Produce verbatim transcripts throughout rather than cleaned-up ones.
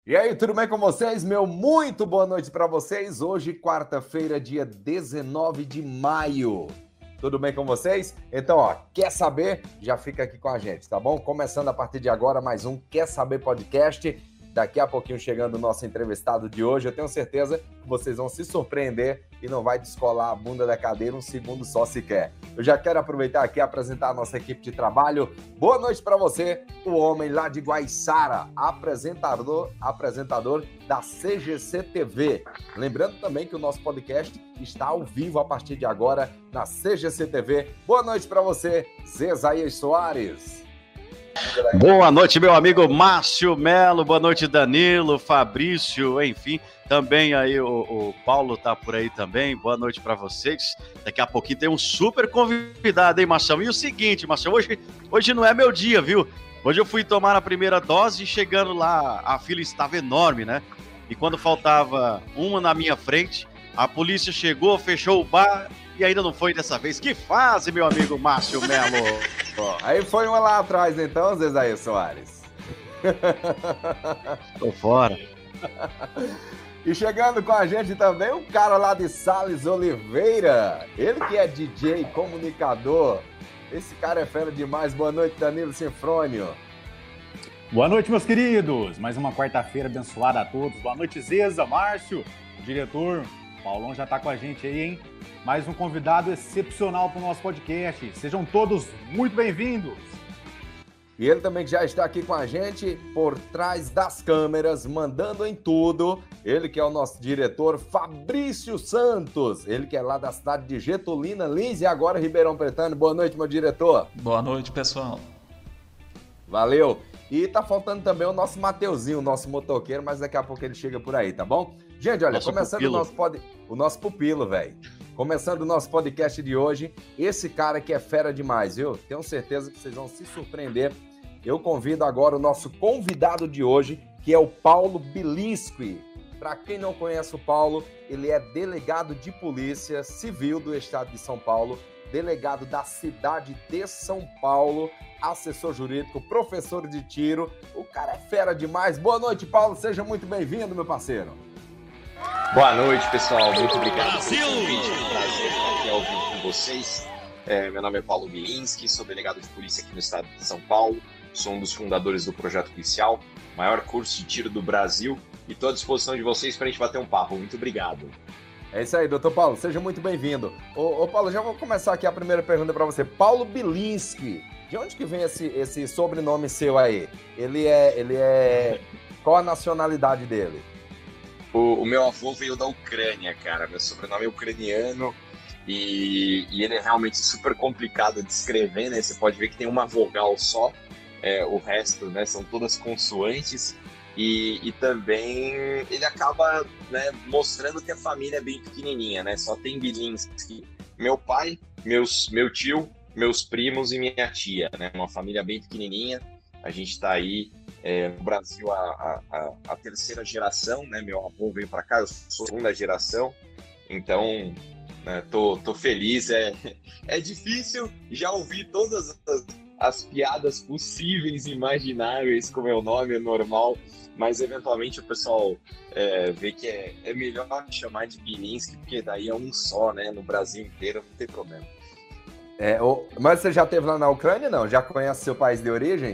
E aí, tudo bem com vocês? Meu muito boa noite para vocês. Hoje, quarta-feira, dia dezenove de maio. Tudo bem com vocês? Então, ó, quer saber? Já fica aqui com a gente, tá bom? Começando a partir de agora mais um Quer Saber Podcast. Daqui a pouquinho chegando o nosso entrevistado de hoje. Eu tenho certeza que vocês vão se surpreender e não vai descolar a bunda da cadeira um segundo só sequer. Eu já quero aproveitar aqui e apresentar a nossa equipe de trabalho. Boa noite para você, o homem lá de Guaiçara, apresentador, apresentador da C G C T V. Lembrando também que o nosso podcast está ao vivo a partir de agora na C G C T V. Boa noite para você, Zezaías Soares. Boa noite, meu amigo Márcio Melo, boa noite, Danilo, Fabrício, enfim, também aí o, o Paulo tá por aí também, boa noite para vocês. Daqui a pouquinho tem um super convidado, hein, Marcelo? E o seguinte, Marcelo, hoje, hoje não é meu dia, viu? Hoje eu fui tomar a primeira dose e chegando lá, a fila estava enorme, né? E quando faltava uma na minha frente, a polícia chegou, fechou o bar e ainda não foi dessa vez. Que fase, meu amigo Márcio Melo! Aí foi uma lá atrás, então, Zezaías Soares. Tô fora. E chegando com a gente também, um cara lá de Sales Oliveira. Ele que é D J, comunicador. Esse cara é fera demais. Boa noite, Danilo Sinfrônio. Boa noite, meus queridos. Mais uma quarta-feira abençoada a todos. Boa noite, Zeza, Márcio, o diretor. Paulão já tá com a gente aí, hein? Mais um convidado excepcional para o nosso podcast. Sejam todos muito bem-vindos. E ele também já está aqui com a gente por trás das câmeras, mandando em tudo. Ele que é o nosso diretor, Fabrício Santos. Ele que é lá da cidade de Getulina, Lins e agora Ribeirão Pretano. Boa noite, meu diretor. Boa noite, pessoal. Valeu. E tá faltando também o nosso Mateuzinho, o nosso motoqueiro, mas daqui a pouco ele chega por aí, tá bom? Gente, olha, nosso começando pupilo. o nosso pod... o nosso pupilo, velho. Começando o nosso podcast de hoje, esse cara que é fera demais, viu? Tenho certeza que vocês vão se surpreender. Eu convido agora o nosso convidado de hoje, que é o Paulo Bilinski. Para quem não conhece o Paulo, ele é delegado de polícia civil do estado de São Paulo, delegado da cidade de São Paulo, assessor jurídico, professor de tiro. O cara é fera demais. Boa noite, Paulo. Seja muito bem-vindo, meu parceiro. Boa noite, pessoal. Muito obrigado Brasil! pelo convite. É um prazer estar aqui ao vivo com vocês. É, meu nome é Paulo Bilinski, sou delegado de polícia aqui no estado de São Paulo. Sou um dos fundadores do Projeto Policial, maior curso de tiro do Brasil. E estou à disposição de vocês para a gente bater um papo. Muito obrigado. É isso aí, doutor Paulo. Seja muito bem-vindo. Ô, ô Paulo, já vou começar aqui a primeira pergunta para você. Paulo Bilinski. De onde que vem esse, esse sobrenome seu aí? Ele é, ele é... Qual a nacionalidade dele? O, o meu avô veio da Ucrânia, cara. Meu sobrenome é ucraniano e, e ele é realmente super complicado de escrever, né? Você pode ver que tem uma vogal só, é, o resto, né, são todas consoantes. E, e também ele acaba, né, mostrando que a família é bem pequenininha, né? Só tem Bilinski. Meu pai, meus, meu tio, meus primos e minha tia, né? Uma família bem pequenininha. A gente está aí é, no Brasil a, a, a terceira geração, né? Meu avô veio para cá, eu sou a segunda geração. Então, né, tô, tô feliz. É, é difícil já ouvir todas as, as piadas possíveis e imagináveis com o meu nome, é normal. Mas, eventualmente, o pessoal é, vê que é, é melhor chamar de Bilinski, porque daí é um só, né? No Brasil inteiro, não tem problema. É, o... Mas você já esteve lá na Ucrânia, não? Já conhece seu país de origem?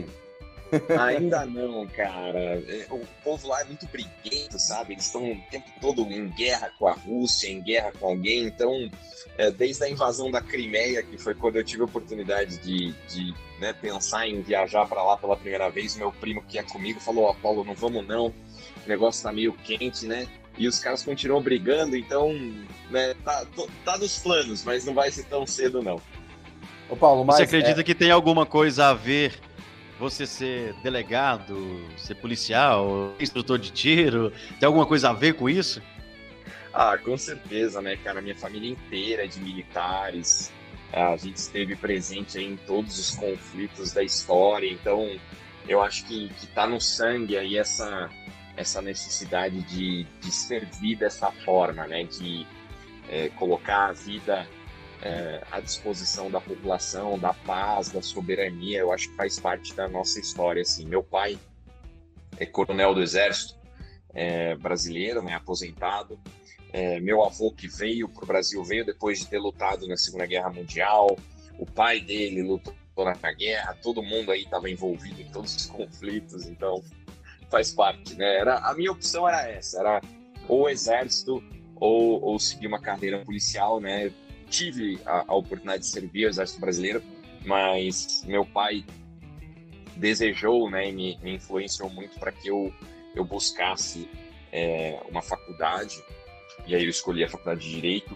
Ainda não, cara. O povo lá é muito briguento, sabe? Eles estão o tempo todo em guerra com a Rússia, em guerra com alguém. Então, é, desde a invasão da Crimeia, que foi quando eu tive a oportunidade de, de né, pensar em viajar para lá pela primeira vez, meu primo que ia comigo falou: ó, oh, Paulo, não vamos não, o negócio tá meio quente, né? E os caras continuam brigando, então, né, tá, tá nos planos, mas não vai ser tão cedo, não. Ô, Paulo, mas você acredita é... que tem alguma coisa a ver você ser delegado, ser policial, instrutor de tiro? Tem alguma coisa a ver com isso? Ah, com certeza, né, cara? Minha família inteira é de militares. A gente esteve presente aí em todos os conflitos da história. Então, eu acho que, que tá no sangue aí essa, essa necessidade de, de servir dessa forma, né? De é, colocar a vida é, à disposição da população, da paz, da soberania. Eu acho que faz parte da nossa história, assim. Meu pai é coronel do Exército, é, brasileiro, né, aposentado. É, meu avô que veio para o Brasil, veio depois de ter lutado na Segunda Guerra Mundial. O pai dele lutou na guerra, todo mundo aí estava envolvido em todos os conflitos, então faz parte, né? Era, a minha opção era essa, era ou o exército ou, ou seguir uma carreira policial, né? Tive a, a oportunidade de servir o exército brasileiro, mas meu pai desejou, né, e me, me influenciou muito para que eu, eu buscasse é, uma faculdade, e aí eu escolhi a faculdade de Direito,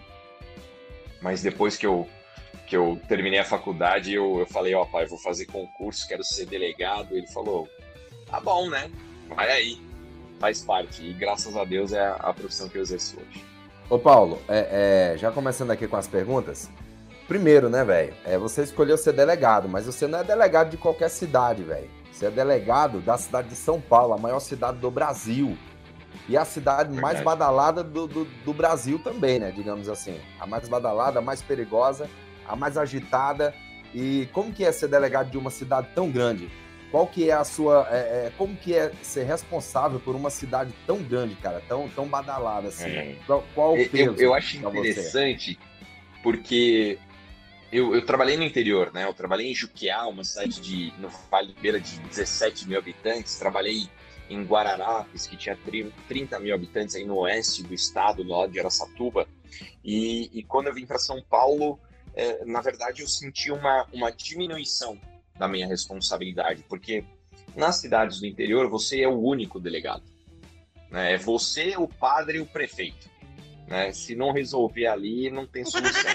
mas depois que eu, que eu terminei a faculdade, eu, eu falei, ó, pai, eu vou fazer concurso, quero ser delegado. Ele falou, tá bom, né, vai aí, faz parte, e graças a Deus é a, a profissão que eu exerço hoje. Ô Paulo, é, é, já começando aqui com as perguntas, primeiro, né, velho, é, você escolheu ser delegado, mas você não é delegado de qualquer cidade, velho. Você é delegado da cidade de São Paulo, a maior cidade do Brasil. E a cidade Verdade. mais badalada do, do, do Brasil também, né, digamos assim. A mais badalada, a mais perigosa, a mais agitada. E como que é ser delegado de uma cidade tão grande? Qual que é a sua... É, é, como que é ser responsável por uma cidade tão grande, cara? Tão, tão badalada assim? É. Qual, qual o peso? Eu, eu acho interessante porque eu, eu trabalhei no interior, né? Eu trabalhei em Juquiá, uma cidade de, no Vale Beira de dezessete mil habitantes. Trabalhei em Guararapes, que tinha trinta mil habitantes aí no oeste do estado, no lado de Araçatuba. E, e quando eu vim para São Paulo, é, na verdade eu senti uma, uma diminuição da minha responsabilidade, porque nas cidades do interior você é o único delegado, né? É você, o padre e o prefeito, né? Se não resolver ali, não tem solução.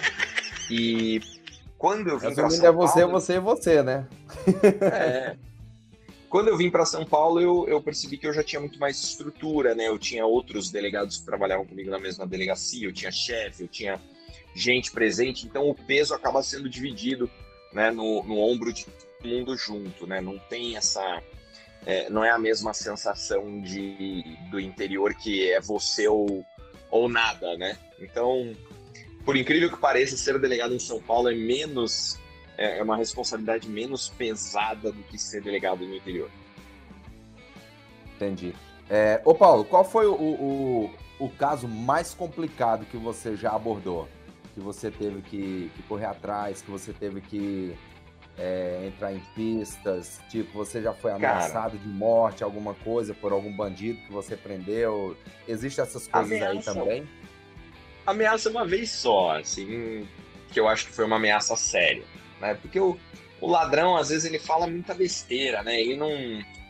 E quando eu vim para São é você, Paulo... você e você, né? É... Quando eu vim para São Paulo, eu, eu percebi que eu já tinha muito mais estrutura, né? Eu tinha outros delegados que trabalhavam comigo na mesma delegacia, eu tinha chefe, eu tinha gente presente, então o peso acaba sendo dividido, né, no, no ombro de todo mundo junto, né? Não tem essa... É, não é a mesma sensação de, do interior que é você ou, ou nada, né? Então, por incrível que pareça, ser delegado em São Paulo é menos... é uma responsabilidade menos pesada do que ser delegado no interior. Entendi. É, ô Paulo, qual foi o, o, o caso mais complicado que você já abordou? Que você teve que, que correr atrás, que você teve que é, entrar em pistas? Tipo, você já foi ameaçado Cara, de morte, alguma coisa, por algum bandido que você prendeu? Existem essas coisas ameaça, aí também? Ameaça uma vez só, assim, que eu acho que foi uma ameaça séria. Né? Porque o, o ladrão, às vezes, ele fala muita besteira, né? Ele não,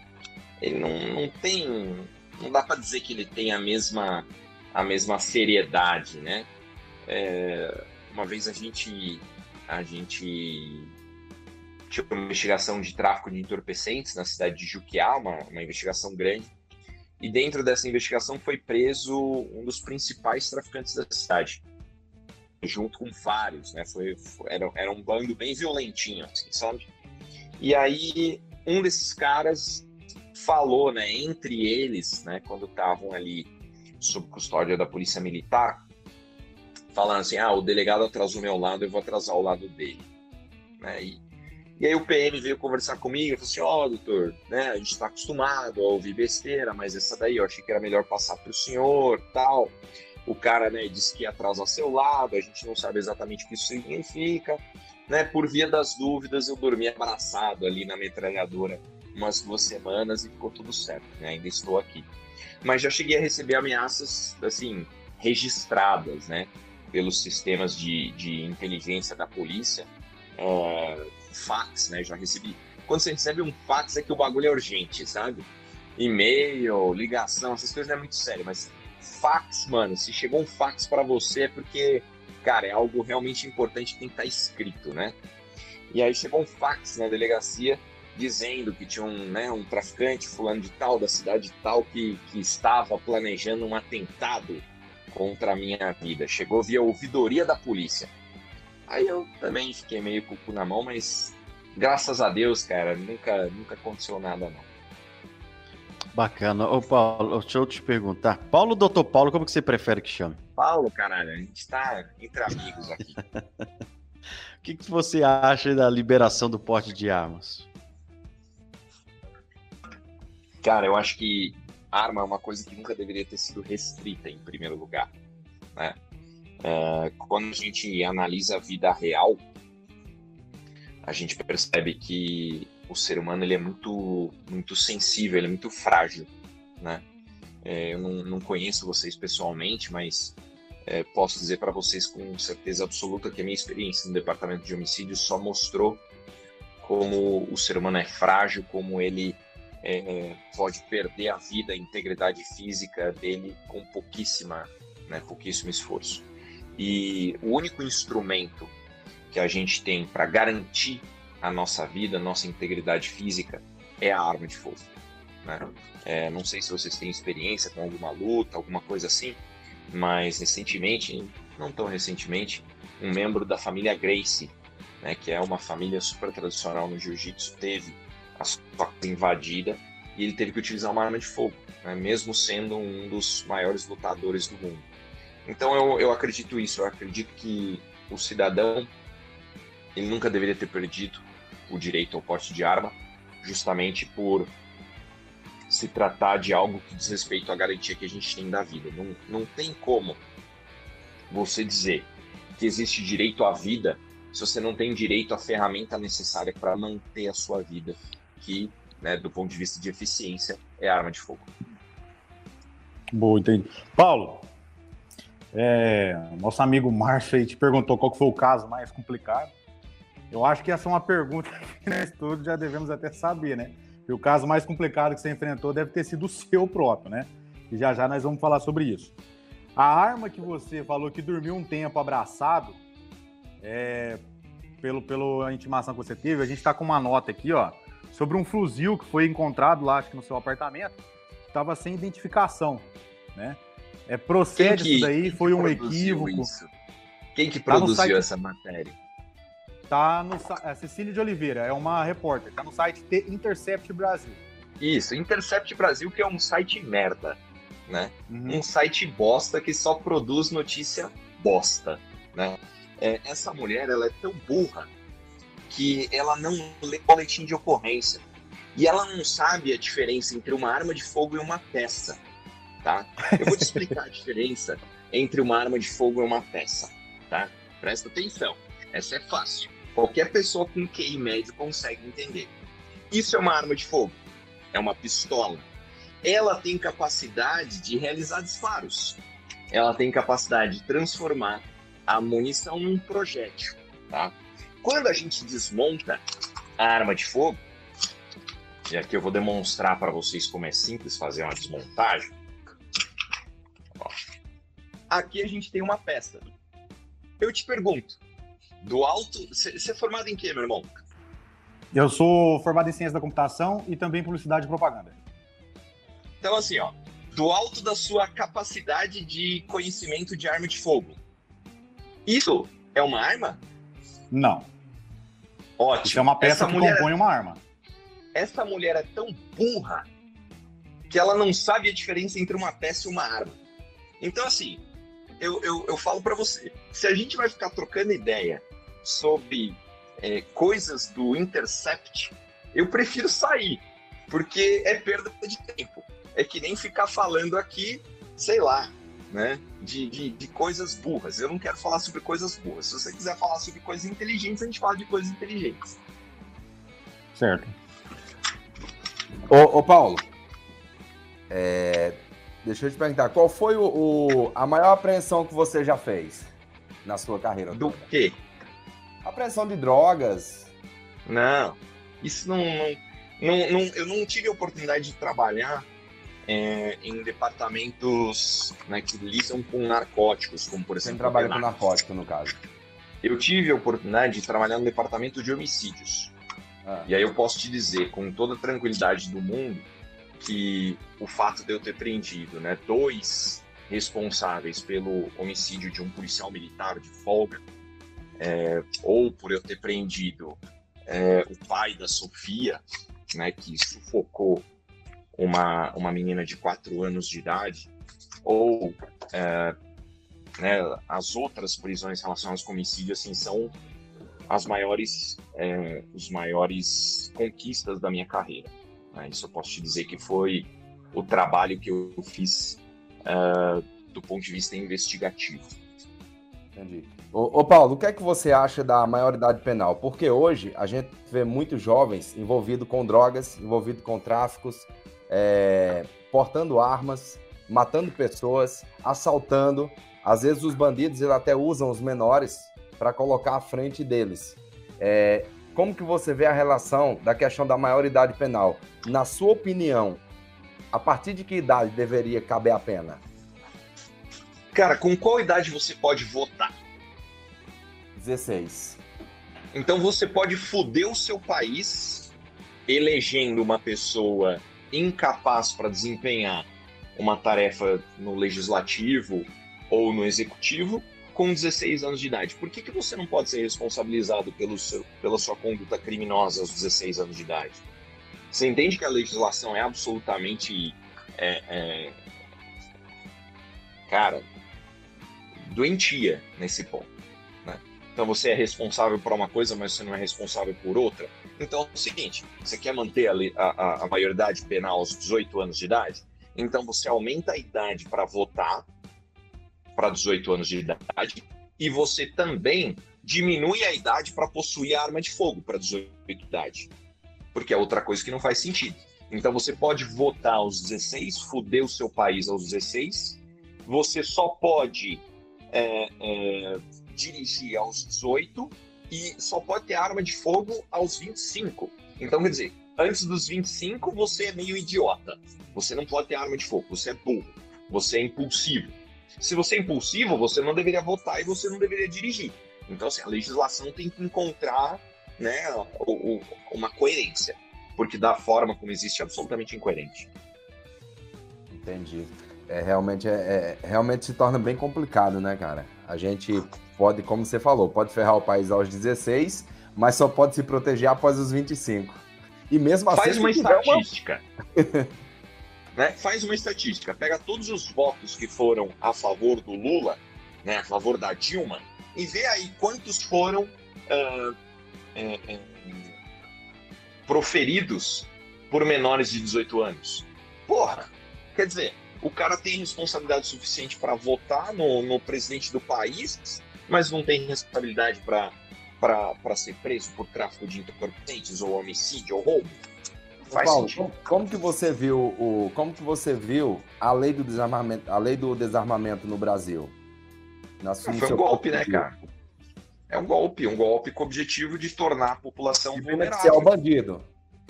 ele não, não tem... Não dá para dizer que ele tem a mesma, a mesma seriedade, né? É, uma vez a gente, a gente tinha uma investigação de tráfico de entorpecentes na cidade de Juquiá, uma, uma investigação grande, e dentro dessa investigação foi preso um dos principais traficantes da cidade, junto com vários, né? Foi, foi, era, era um bando bem violentinho, assim, sabe? E aí, um desses caras falou, né, entre eles, né, quando estavam ali sob custódia da polícia militar, falando assim, ah, o delegado atrasou meu lado, eu vou atrasar o lado dele. Né? E, e aí o P M veio conversar comigo e falou assim, ó, oh, doutor, né, a gente está acostumado a ouvir besteira, mas essa daí eu achei que era melhor passar para o senhor, tal. O cara, né, disse que ia atrasar seu lado, a gente não sabe exatamente o que isso significa, né? Por via das dúvidas, eu dormi abraçado ali na metralhadora umas duas semanas e ficou tudo certo, né? Ainda estou aqui. Mas já cheguei a receber ameaças, assim, registradas, né? Pelos sistemas de, de inteligência da polícia, é, fax, né? Já recebi. Quando você recebe um fax é que o bagulho é urgente, sabe? E-mail, ligação, essas coisas não é muito sério, mas fax, mano, se chegou um fax para você é porque, cara, é algo realmente importante que tem que estar escrito, né? E aí chegou um fax na delegacia dizendo que tinha um, né, um traficante fulano de tal, da cidade tal, que, que estava planejando um atentado contra a minha vida. Chegou via ouvidoria da polícia. Aí eu também fiquei meio com o cu na mão, mas graças a Deus, cara, nunca, nunca aconteceu nada, não. Bacana. Ô, Paulo, deixa eu te perguntar. Paulo ou doutor Paulo, como que você prefere que chame? Paulo, caralho, a gente tá entre amigos aqui. O que, que você acha da liberação do porte de armas? Cara, eu acho que arma é uma coisa que nunca deveria ter sido restrita, em primeiro lugar, né? É, quando a gente analisa a vida real, a gente percebe que o ser humano ele é muito, muito sensível, ele é muito frágil, né? É, eu não, não conheço vocês pessoalmente, mas é, posso dizer para vocês com certeza absoluta que a minha experiência no departamento de homicídios só mostrou como o ser humano é frágil, como ele é, pode perder a vida, a integridade física dele com pouquíssima, né, pouquíssimo esforço. E o único instrumento que a gente tem para garantir a nossa vida, a nossa integridade física, é a arma de fogo, né? É, não sei se vocês têm experiência com alguma luta, alguma coisa assim, mas recentemente, não tão recentemente, um membro da família Gracie, né, que é uma família super tradicional no jiu-jitsu, teve a sua casa invadida e ele teve que utilizar uma arma de fogo, né, mesmo sendo um dos maiores lutadores do mundo. Então eu, eu acredito isso, eu acredito que o cidadão ele nunca deveria ter perdido o direito ao porte de arma, justamente por se tratar de algo que diz respeito à garantia que a gente tem da vida. Não, não tem como você dizer que existe direito à vida se você não tem direito à ferramenta necessária para manter a sua vida, que, né, do ponto de vista de eficiência, é a arma de fogo. Boa, entendi. Paulo, é, nosso amigo Márcio aí te perguntou qual que foi o caso mais complicado. Eu acho que essa é uma pergunta que nós todos já devemos até saber, né? E o caso mais complicado que você enfrentou deve ter sido o seu próprio, né? E já já nós vamos falar sobre isso. A arma que você falou que dormiu um tempo abraçado, é, pelo, pela intimação que você teve, a gente está com uma nota aqui, ó, sobre um fuzil que foi encontrado lá, acho que no seu apartamento, que estava sem identificação, né? É, procede que, isso daí, foi um equívoco. Isso? Quem que produziu tá site... essa matéria? Tá no a Cecília de Oliveira, é uma repórter, tá no site The Intercept Brasil. Isso, Intercept Brasil, que é um site merda, né? Uhum. Um site bosta que só produz notícia bosta, né? É, essa mulher, ela é tão burra que ela não lê boletim de ocorrência. E ela não sabe a diferença entre uma arma de fogo e uma peça, tá? Eu vou te explicar a diferença entre uma arma de fogo e uma peça, tá? Presta atenção, essa é fácil. Qualquer pessoa com Q I médio consegue entender. Isso é uma arma de fogo, é uma pistola. Ela tem capacidade de realizar disparos. Ela tem capacidade de transformar a munição num projétil, tá? Quando a gente desmonta a arma de fogo, e aqui eu vou demonstrar para vocês como é simples fazer uma desmontagem. Ó. Aqui a gente tem uma peça. Eu te pergunto, do alto... Você é formado em quê, meu irmão? Eu sou formado em ciência da computação e também publicidade e propaganda. Então, assim, ó, do alto da sua capacidade de conhecimento de arma de fogo, isso é uma arma? Não. Ótimo. Isso é uma peça essa que mulher, compõe uma arma. Essa mulher é tão burra que ela não sabe a diferença entre uma peça e uma arma. Então, assim, eu, eu, eu falo pra você, se a gente vai ficar trocando ideia sobre é, coisas do Intercept, eu prefiro sair, porque é perda de tempo. É que nem ficar falando aqui, sei lá, né, de, de, de coisas burras. Eu não quero falar sobre coisas burras. Se você quiser falar sobre coisas inteligentes, a gente fala de coisas inteligentes. Certo. Ô, ô Paulo, é, deixa eu te perguntar, qual foi o, o, a maior apreensão que você já fez na sua carreira? Do quê? Apreensão de drogas. Não, isso não, não, não, não... Eu não tive a oportunidade de trabalhar é, em departamentos, né, que lidam com narcóticos, como por exemplo... Você trabalha com narcótico, no caso. Eu tive a oportunidade de trabalhar no departamento de homicídios. Ah. E aí eu posso te dizer, com toda a tranquilidade do mundo, que o fato de eu ter prendido, né, dois responsáveis pelo homicídio de um policial militar de folga, é, ou por eu ter prendido é, o pai da Sofia, né, que sufocou uma, uma menina de quatro anos de idade, ou é, né, as outras prisões relacionadas com homicídio, assim, são as maiores, é, os maiores conquistas da minha carreira. Né? Isso eu posso te dizer que foi o trabalho que eu fiz uh, do ponto de vista investigativo. Entendi. Ô, ô Paulo, o que é que você acha da maioridade penal? Porque hoje a gente vê muitos jovens envolvidos com drogas, envolvidos com tráficos, é, portando armas, matando pessoas, assaltando. Às vezes os bandidos eles até usam os menores para colocar à frente deles. É, como que você vê a relação da questão da maioridade penal? Na sua opinião, a partir de que idade deveria caber a pena? Cara, com qual idade você pode votar? dezesseis. Então você pode foder o seu país elegendo uma pessoa incapaz para desempenhar uma tarefa no legislativo ou no executivo com dezesseis anos de idade. Por que, que você não pode ser responsabilizado pelo seu, pela sua conduta criminosa aos dezesseis anos de idade? Você entende que a legislação é absolutamente, é, é, cara, doentia nesse ponto, né? Então você é responsável por uma coisa, mas você não é responsável por outra. Então é o seguinte, você quer manter a, a, a maioridade penal aos dezoito anos de idade? Então você aumenta a idade para votar para dezoito anos de idade e você também diminui a idade para possuir a arma de fogo para dezoito anos de idade. Porque é outra coisa que não faz sentido. Então você pode votar aos dezesseis, foder o seu país aos dezesseis, você só pode é, é, dirigir aos dezoito e só pode ter arma de fogo aos vinte e cinco. Então, quer dizer, antes dos vinte e cinco você é meio idiota. Você não pode ter arma de fogo, você é burro, você é impulsivo. Se você é impulsivo, você não deveria votar e você não deveria dirigir. Então, assim, a legislação tem que encontrar, né, o, o, uma coerência, porque da forma como existe é absolutamente incoerente. Entendi. É, realmente, é, é, realmente se torna bem complicado, né, cara? A gente pode, como você falou, pode ferrar o país aos dezesseis, mas só pode se proteger após os vinte e cinco. E mesmo assim... Faz uma estatística. Uma... né? Faz uma estatística. Pega todos os votos que foram a favor do Lula, né, a favor da Dilma, e vê aí quantos foram uh, é, é, proferidos por menores de dezoito anos. Porra! Quer dizer, o cara tem responsabilidade suficiente para votar no, no presidente do país, mas não tem responsabilidade para ser preso por tráfico de entorpecentes, ou homicídio, ou roubo. Faz Paulo, sentido. Como que você viu o, como que você viu a lei do desarmamento, a lei do desarmamento no Brasil? Na sua, Foi um golpe, né, cara? É um golpe, um golpe com o objetivo de tornar a população de vulnerável. beneficiar o bandido.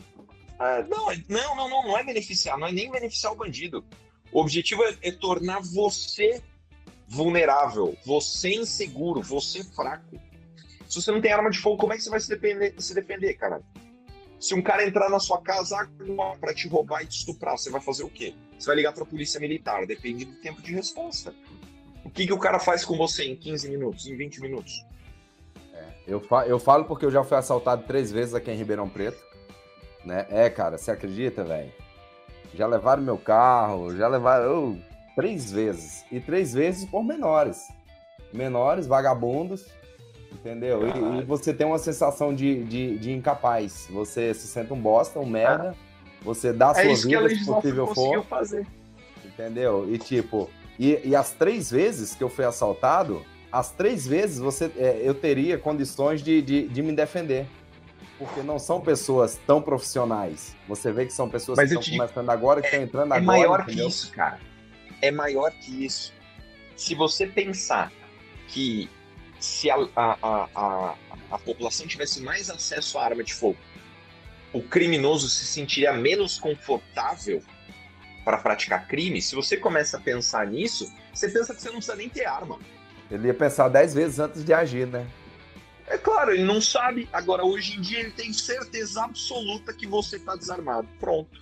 Ah, não, não, não, não, não é beneficiar, não é nem beneficiar o bandido. O objetivo é, é tornar você vulnerável, você inseguro, você fraco. Se você não tem arma de fogo, como é que você vai se defender, se defender, cara? Se um cara entrar na sua casa para te roubar e te estuprar, você vai fazer o quê? Você vai ligar para a polícia militar, depende do tempo de resposta. O que, que o cara faz com você em quinze minutos, em vinte minutos? É, eu, fa eu falo porque eu já fui assaltado três vezes aqui em Ribeirão Preto. Né? É, cara, você acredita, velho? Já levaram meu carro, já levaram oh, três vezes. E três vezes por menores. Menores, vagabundos, entendeu? E, e você tem uma sensação de, de, de incapaz. Você se sente um bosta, um merda. Você dá a sua é isso vida, que a se possível conseguiu for. fazer. Entendeu? E tipo, e, e as três vezes que eu fui assaltado, as três vezes você, é, eu teria condições de, de, de me defender. Porque não são pessoas tão profissionais. Você vê que são pessoas Mas que estão digo, começando agora, que estão entrando é agora. É maior entendeu? que isso, cara. É maior que isso. Se você pensar que se a, a, a, a, a população tivesse mais acesso à arma de fogo, o criminoso se sentiria menos confortável para praticar crime. Se você começa a pensar nisso, você pensa que você não precisa nem ter arma. Ele ia pensar dez vezes antes de agir, né? É claro, ele não sabe. Agora, hoje em dia, ele tem certeza absoluta que você está desarmado. Pronto.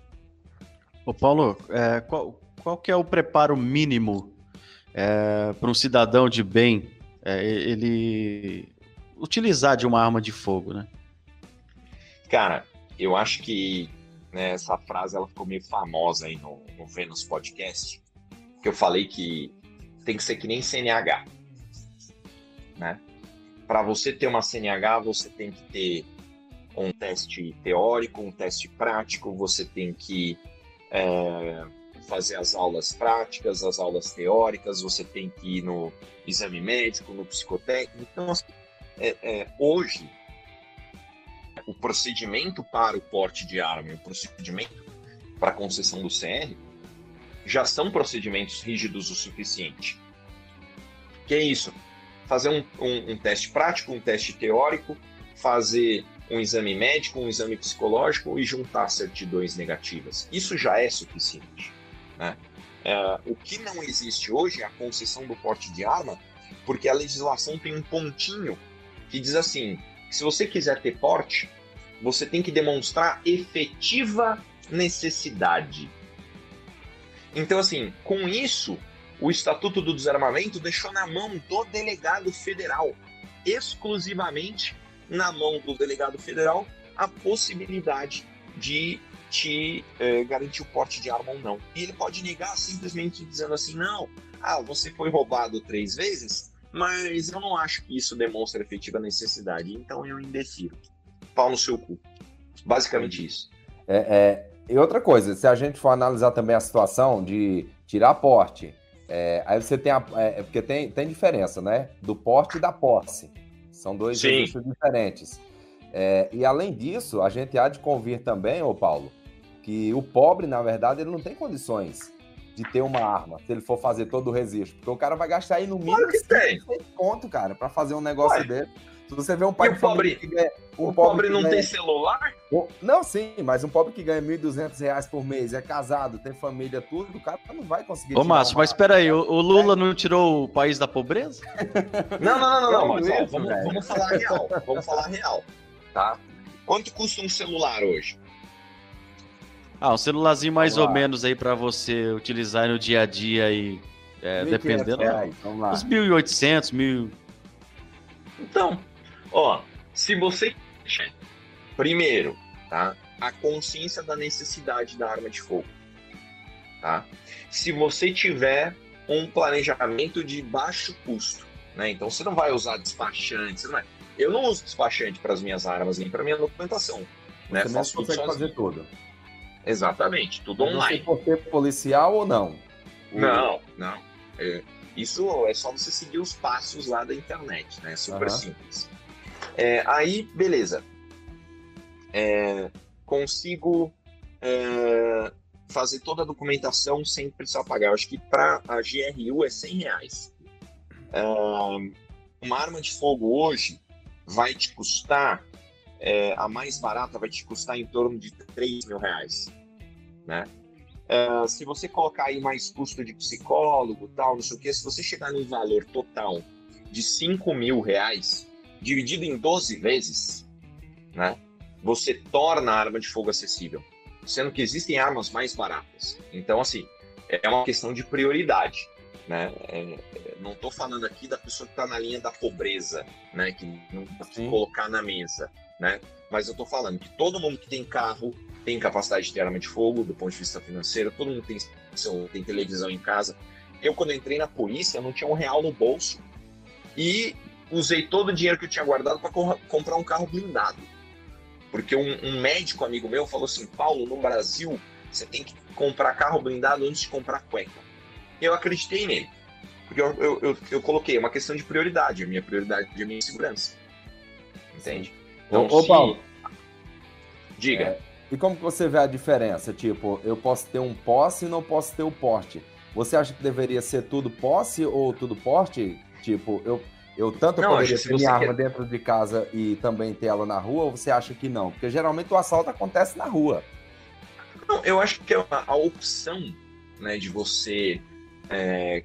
Ô Paulo, é, qual, qual que é o preparo mínimo é, para um cidadão de bem é, ele utilizar de uma arma de fogo, né? Cara, eu acho que, né, essa frase ela ficou meio famosa aí no, no Vênus Podcast, que eu falei que tem que ser que nem C N H, né? Para você ter uma C N H, você tem que ter um teste teórico, um teste prático, você tem que é, fazer as aulas práticas, as aulas teóricas, você tem que ir no exame médico, no psicotécnico. Então, assim, é, é, hoje, o procedimento para o porte de arma e o procedimento para a concessão do C R já são procedimentos rígidos o suficiente. Que é isso? Fazer um, um, um teste prático, um teste teórico, fazer um exame médico, um exame psicológico e juntar certidões negativas. Isso já é suficiente, né? É, o que não existe hoje é a concessão do porte de arma, porque a legislação tem um pontinho que diz assim, que se você quiser ter porte, você tem que demonstrar efetiva necessidade. Então, assim, com isso, o Estatuto do Desarmamento deixou na mão do delegado federal, exclusivamente na mão do delegado federal, a possibilidade de te eh, garantir o porte de arma ou não. E ele pode negar simplesmente dizendo assim, não, ah, você foi roubado três vezes, mas eu não acho que isso demonstra efetiva necessidade, então eu indefiro. Pau no seu cu. Basicamente isso. É, é, e outra coisa, se a gente for analisar também a situação de tirar porte, é, aí você tem a... É, porque tem, tem diferença, né? Do porte e da posse. São dois exercícios diferentes. É, e além disso, a gente há de convir também, ô Paulo, que o pobre, na verdade, ele não tem condições de ter uma arma, se ele for fazer todo o registro. Porque o cara vai gastar aí no mínimo claro que tem. conto, cara, para fazer um negócio Ué. dele. Se você vê um pai e de o pobre, que ganha, um o pobre, pobre que não ganha, tem celular? Não, sim, mas um pobre que ganha mil e duzentos reais por mês, é casado, tem família, tudo, o cara não vai conseguir. Ô, Márcio, mas espera aí, o, o Lula não tirou o país da pobreza? Não, não, não, não, não, mas, ó, isso, vamos, velho. vamos falar real, vamos falar real, tá? Quanto custa um celular hoje? Ah, um celularzinho mais Vamos ou lá. menos aí pra você utilizar no dia a dia aí, é, mil e quinhentos dependendo, reais, vamos lá. uns mil e oitocentos, mil... Então, ó, se você... Primeiro, tá? A consciência da necessidade da arma de fogo, tá? Se você tiver um planejamento de baixo custo, né? Então você não vai usar despachante, você não vai... Eu não uso despachante para as minhas armas, nem para minha documentação, né? Você mesmo Faço tudo consegue sozinho. fazer tudo. Exatamente, tudo Você online. for ser policial ou não? O- Não, não. É, isso é só você seguir os passos lá da internet, né? Super Aham. simples. É, aí, beleza. É, consigo é, fazer toda a documentação sem precisar pagar. Eu acho que para a G R U é cem reais. É, uma arma de fogo hoje vai te custar, é, a mais barata vai te custar em torno de três mil reais, né? Uh, se você colocar aí mais custo de psicólogo, tal, não sei o que, se você chegar num valor total de cinco mil reais, dividido em doze vezes, né, você torna a arma de fogo acessível, sendo que existem armas mais baratas. Então, assim, é uma questão de prioridade, né? É, não estou falando aqui da pessoa que está na linha da pobreza, né, que não pode colocar na mesa, né? Mas eu estou falando que todo mundo que tem carro tem capacidade de ter arma de fogo do ponto de vista financeiro, todo mundo tem, tem televisão em casa. Eu, quando entrei na polícia, eu não tinha um real no bolso e usei todo o dinheiro que eu tinha guardado para co comprar um carro blindado. Porque um, um médico amigo meu falou assim, Paulo, no Brasil, você tem que comprar carro blindado antes de comprar cueca. Eu acreditei nele, porque eu, eu, eu, eu coloquei uma questão de prioridade, a minha prioridade é a minha segurança. Entende? Então, Ô, ô se... Paulo. Diga. É, e como que você vê a diferença? Tipo, eu posso ter um posse e não posso ter o porte. Você acha que deveria ser tudo posse ou tudo porte? Tipo, eu, eu tanto Não, poderia acho que ter se minha você arma quer- dentro de casa e também ter ela na rua, ou você acha que não? Porque geralmente o assalto acontece na rua. Não, eu acho que a, a opção, né, de você é,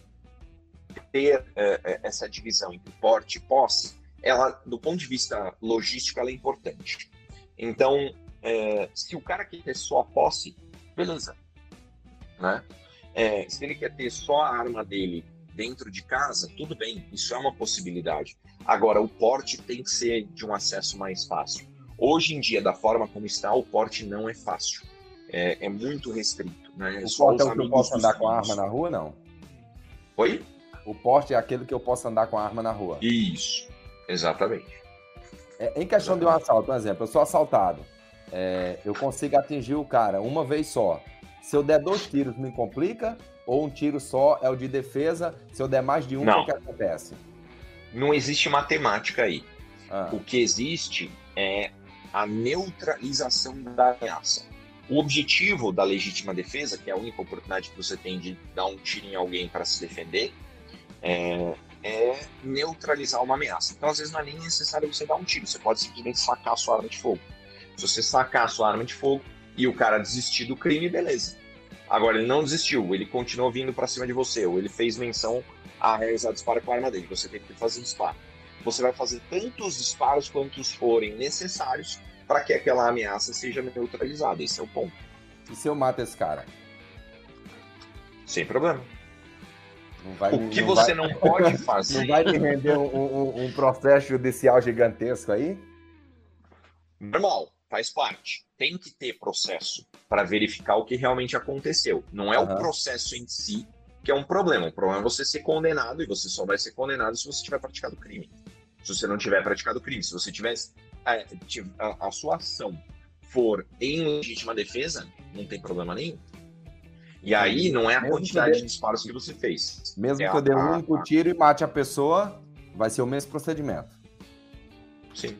ter é, essa divisão entre porte e posse, ela, do ponto de vista logístico, ela é importante. Então, é, se o cara quer ter só a posse, beleza, né? É, se ele quer ter só a arma dele dentro de casa, tudo bem, isso é uma possibilidade. Agora, o porte tem que ser de um acesso mais fácil. Hoje em dia, da forma como está, o porte não é fácil. É, é muito restrito, né? O Só porte é os o que eu amigos posso dos andar com a amigos. arma na rua, não? Oi? O porte é aquele que eu posso andar com a arma na rua. Isso, exatamente. É, em questão de um assalto, por exemplo, eu sou assaltado. É, eu consigo atingir o cara uma vez só. Se eu der dois tiros, me complica? Ou um tiro só é o de defesa? Se eu der mais de um, Não. o que acontece? Não existe matemática aí. Ah, O que existe é a neutralização da ameaça. O objetivo da legítima defesa, que é a única oportunidade que você tem de dar um tiro em alguém para se defender, é, é neutralizar uma ameaça. Então, às vezes, não é nem necessário você dar um tiro, você pode simplesmente sacar a sua arma de fogo. Se você sacar a sua arma de fogo e o cara desistir do crime, beleza. Agora, ele não desistiu, ele continuou vindo para cima de você, ou ele fez menção a realizar disparo com a arma dele, você tem que fazer um disparo. Você vai fazer tantos disparos quantos forem necessários para que aquela ameaça seja neutralizada. Esse é o ponto. e se eu mato esse cara? Sem problema. Não vai O me- que não você vai- não pode fazer... Não vai me render um, um- um processo judicial gigantesco aí? Normal, faz parte. Tem que ter processo para verificar o que realmente aconteceu. Não é Aham. o processo em si que é um problema. O problema é você ser condenado, e você só vai ser condenado se você tiver praticado crime. Se você não tiver praticado crime, se você tiver é, tiv- a, a sua ação for em legítima defesa, não tem problema nenhum. E aí não é a Mesmo que quantidade eu de disparos que você fez. Mesmo É que eu dê um a- único a- tiro e mate a pessoa, vai ser o mesmo procedimento. Sim.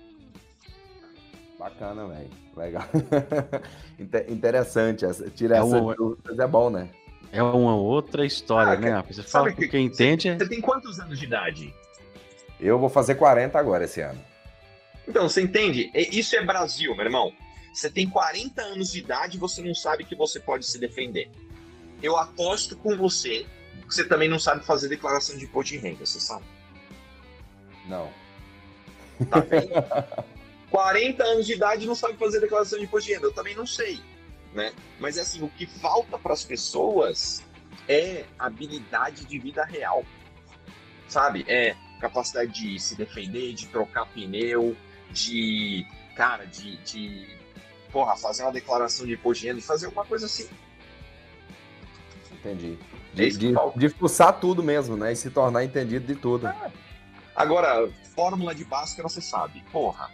Bacana, velho. Legal. Inte- Interessante. Essa. Tira É essa uma- dúvidas, é bom, né? É uma outra história, Ah, né? cara, Você sabe fala que- com quem entende. Você tem quantos anos de idade? Eu vou fazer quarenta agora esse ano. Então, você entende? É- Isso é Brasil, meu irmão. Você tem quarenta anos de idade e você não sabe que você pode se defender. Eu aposto com você que você também não sabe fazer declaração de imposto de renda, você sabe? Não. Tá vendo? quarenta anos de idade e não sabe fazer declaração de imposto de renda. Eu também não sei, né? Mas assim, o que falta para as pessoas é habilidade de vida real, sabe? É capacidade de se defender, de trocar pneu, de, cara, de, de porra, fazer uma declaração de imposto de renda, de fazer alguma coisa assim. Entendi. É De, isso que de, falta. de fuçar tudo mesmo, né? E se tornar entendido de tudo. Agora, fórmula de Bhaskara você sabe, porra.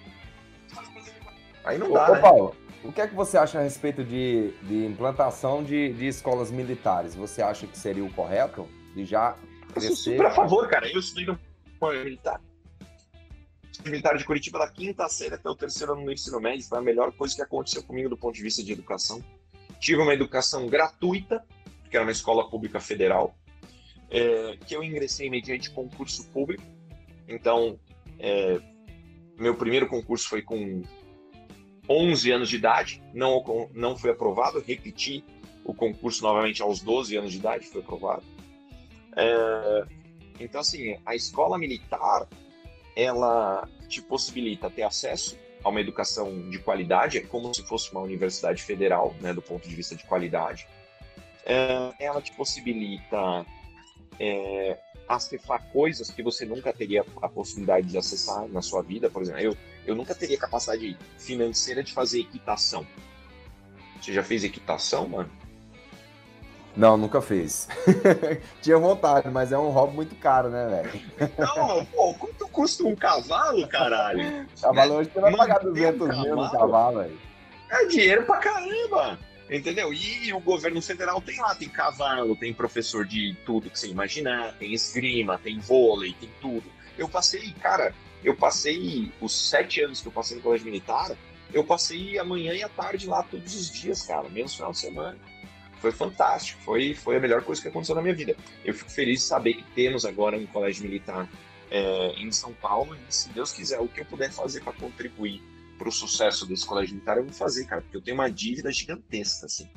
Aí não Ô, dá, ô, né? Paulo, o que é que você acha a respeito de, de implantação de, de escolas militares? Você acha que seria o correto? De já Eu sou crescer? super a favor, cara. Eu estudei no colégio militar. Estudei militar de Curitiba da quinta série até o terceiro ano do ensino médio. Foi a melhor coisa que aconteceu comigo do ponto de vista de educação. Tive uma educação gratuita, que era uma escola pública federal, é, que eu ingressei mediante concurso público. Então, é, meu primeiro concurso foi com onze anos de idade, não, não fui aprovado, repeti o concurso novamente aos doze anos de idade, foi aprovado. É, então, assim, a escola militar, ela te possibilita ter acesso a uma educação de qualidade, é como se fosse uma universidade federal, né, do ponto de vista de qualidade. É, ela te possibilita é, acessar coisas que você nunca teria a possibilidade de acessar na sua vida. Por exemplo, eu, eu nunca teria capacidade financeira de fazer equitação. Você já fez equitação, mano? Não, nunca fiz. Tinha vontade, mas é um hobby muito caro, né, velho? Não, pô, quanto custa um cavalo, caralho? Cavalo hoje você vai pagar Manter um duzentos mil no cavalo? cavalo, velho. É dinheiro pra caramba, entendeu? E o governo federal tem lá, tem cavalo, tem professor de tudo que você imaginar, tem esgrima, tem vôlei, tem tudo. Eu passei, cara, eu passei os sete anos que eu passei no colégio militar, eu passei a manhã e a tarde lá todos os dias, cara, menos final de semana. Foi fantástico, foi, foi a melhor coisa que aconteceu na minha vida. Eu fico feliz de saber que temos agora um colégio militar é, em São Paulo, e se Deus quiser, o que eu puder fazer para contribuir para o sucesso desse colégio militar, eu vou fazer, cara, porque eu tenho uma dívida gigantesca, assim.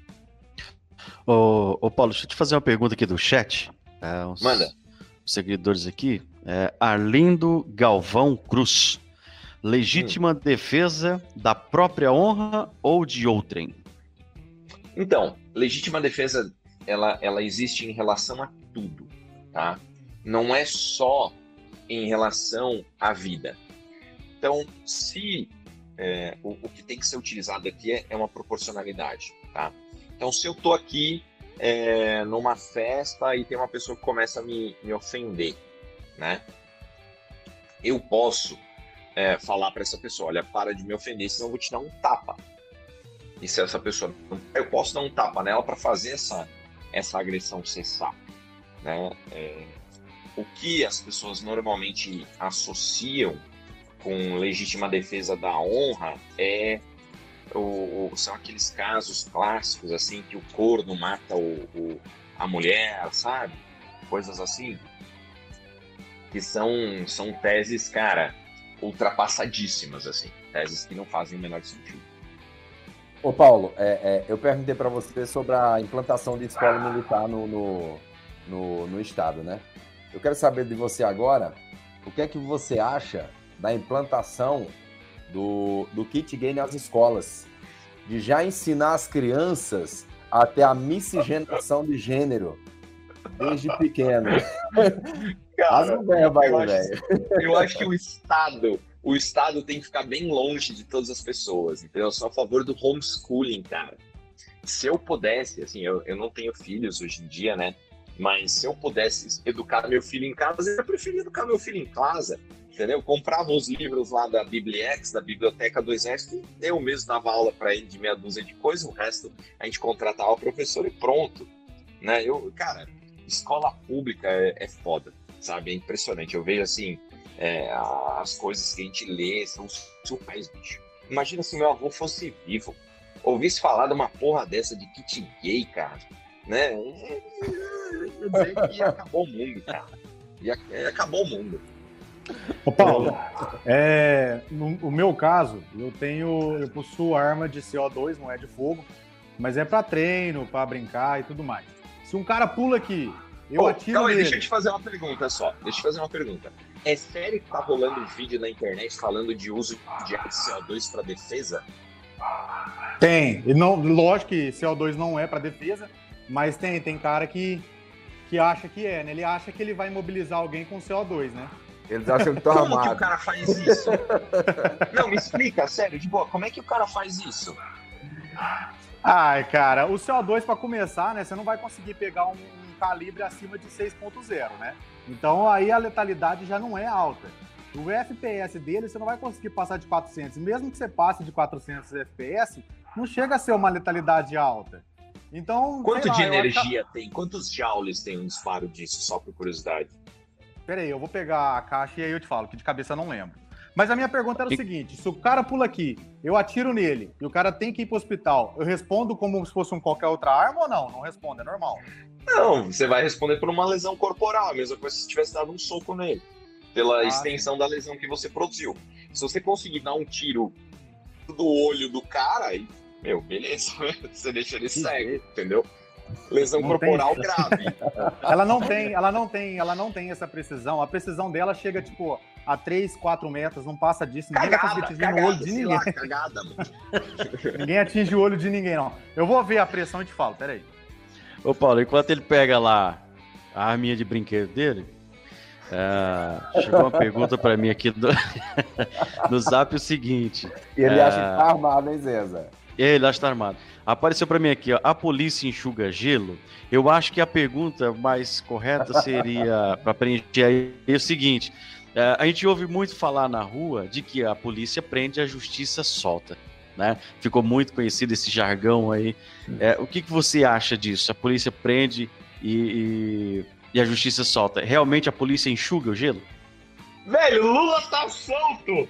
Ô, ô, Paulo, deixa eu te fazer uma pergunta aqui do chat. É, uns, Manda. Os seguidores aqui. É, Arlindo Galvão Cruz. Legítima Hum. defesa da própria honra ou de outrem? Então, legítima defesa, ela, ela existe em relação a tudo, tá? Não é só em relação à vida. Então, se é, o, o que tem que ser utilizado aqui é, é uma proporcionalidade, tá? Então, se eu tô aqui é, numa festa e tem uma pessoa que começa a me, me ofender, né? Eu posso é, falar para essa pessoa, olha, para de me ofender, senão eu vou te dar um tapa. E se essa pessoa... Eu posso dar um tapa nela para fazer essa, essa agressão cessar, né? É, o que as pessoas normalmente associam com legítima defesa da honra é o, o, são aqueles casos clássicos, assim, que o corno mata o, o, a mulher, sabe? Coisas assim. Que são, são teses, cara, ultrapassadíssimas, assim. Teses que não fazem o menor sentido. Ô, Paulo, é, é, eu perguntei para você sobre a implantação de escola militar no, no, no, no estado, né? Eu quero saber de você agora, o que é que você acha da implantação do, do kit gay nas escolas? De já ensinar as crianças a ter a miscigenação de gênero desde pequeno. Cara, verba aí, eu, acho, velho. eu acho que o Estado, o Estado tem que ficar bem longe de todas as pessoas, entendeu? Eu sou a favor do homeschooling, cara. Se eu pudesse, assim, eu, eu não tenho filhos hoje em dia, né? Mas se eu pudesse educar meu filho em casa, eu preferia educar meu filho em casa, entendeu? Eu comprava os livros lá da Bibliex, da Biblioteca do Exército, e eu mesmo dava aula para ele de meia dúzia de coisas, o resto a gente contratava o professor e pronto, né? Eu, cara, escola pública é, é foda, sabe? É impressionante. Eu vejo, assim, é, as coisas que a gente lê são surpreendentes, bicho. Imagina se meu avô fosse vivo, ouvisse falar de uma porra dessa de kit gay, cara, né? Quer dizer que acabou o mundo, cara. E acabou o mundo. Ô, Paulo, é, no, no meu caso, eu tenho, eu possuo arma de C O dois, não é de fogo, mas é pra treino, pra brincar e tudo mais. Se um cara pula aqui, eu oh, atiro calma aí, nele. Deixa eu te fazer uma pergunta só. Deixa eu te fazer uma pergunta. É sério que tá rolando um vídeo na internet falando de uso de C O dois pra defesa? Tem. E não, lógico que C O dois não é pra defesa, mas tem, tem cara que, que acha que é, né? Ele acha que ele vai imobilizar alguém com C O dois, né? Eles acham que estão Como armados. que o cara faz isso? Não, me explica, sério, de boa, como é que o cara faz isso? Ai, cara, o C O dois, para começar, né, você não vai conseguir pegar um, um calibre acima de seis ponto zero, né? Então aí a letalidade já não é alta. O F P S dele você não vai conseguir passar de quatrocentos. Mesmo que você passe de quatrocentos F P S, não chega a ser uma letalidade alta. Então, quanto lá, de energia acho... tem? Quantos joules tem um disparo disso, só por curiosidade? Peraí, eu vou pegar a caixa e aí eu te falo, que de cabeça eu não lembro. Mas a minha pergunta era o seguinte, se o cara pula aqui, eu atiro nele e o cara tem que ir pro hospital, eu respondo como se fosse um qualquer outra arma ou não? Não respondo, é normal. Não, você vai responder por uma lesão corporal, a mesma coisa se você tivesse dado um soco nele, pela ah, extensão sim. da lesão que você produziu. Se você conseguir dar um tiro do olho do cara, aí, meu, beleza, você deixa ele cego, entendeu? Lesão não corporal tem... grave. Ela não tem, ela não tem, ela não tem essa precisão. A precisão dela chega, tipo, a três, quatro metros, não passa disso. Ninguém cagada, vai conseguir atingir cagada, no olho de ninguém. Lá, cagada, mano. Ninguém atinge o olho de ninguém, não. Eu vou ver a pressão e te falo, peraí. Ô, Paulo, enquanto ele pega lá a arminha de brinquedo dele, uh, chegou uma pergunta pra mim aqui do... no Zap o seguinte. E ele uh... acha que tá armado, hein, Zeza? Ele acha que tá armado. Apareceu para mim aqui, ó, a polícia enxuga gelo? Eu acho que a pergunta mais correta seria, para preencher aí, é o seguinte, é, a gente ouve muito falar na rua de que a polícia prende, a justiça solta, né? Ficou muito conhecido esse jargão aí. É, o que, que você acha disso? A polícia prende e, e, e a justiça solta. Realmente a polícia enxuga o gelo? Velho, Lula tá solto!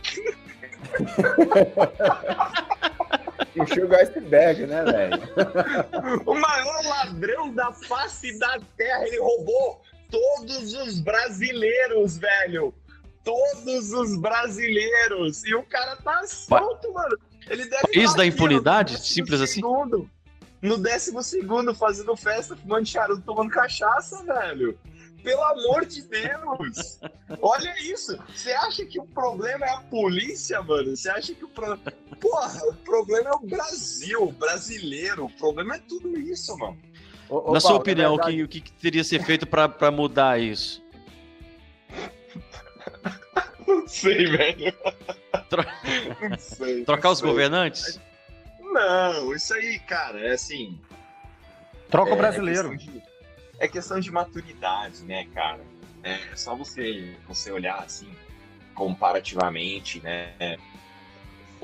Enxuga o iceberg, né, velho? O maior ladrão da face da terra, ele roubou todos os brasileiros, velho. Todos os brasileiros. E o cara tá solto, mano. Ele deve Isso da aqui, impunidade? ó, Simples assim? Segundo, no décimo segundo, fazendo festa, fumando charuto, tomando cachaça, velho. Pelo amor de Deus! Olha isso! Você acha que o problema é a polícia, mano? Você acha que o problema... Porra, o problema é o Brasil, o brasileiro. O problema é tudo isso, mano. Ô, ô, Na Paulo, sua opinião, o que, o que teria que ser feito pra, pra mudar isso? Não sei, velho. Tro... Não sei. Trocar não os sei. governantes? Não, isso aí, cara, é assim... Troca é, o brasileiro. É questão, de, é questão de maturidade, né, cara? É só você, você olhar, assim, comparativamente, né?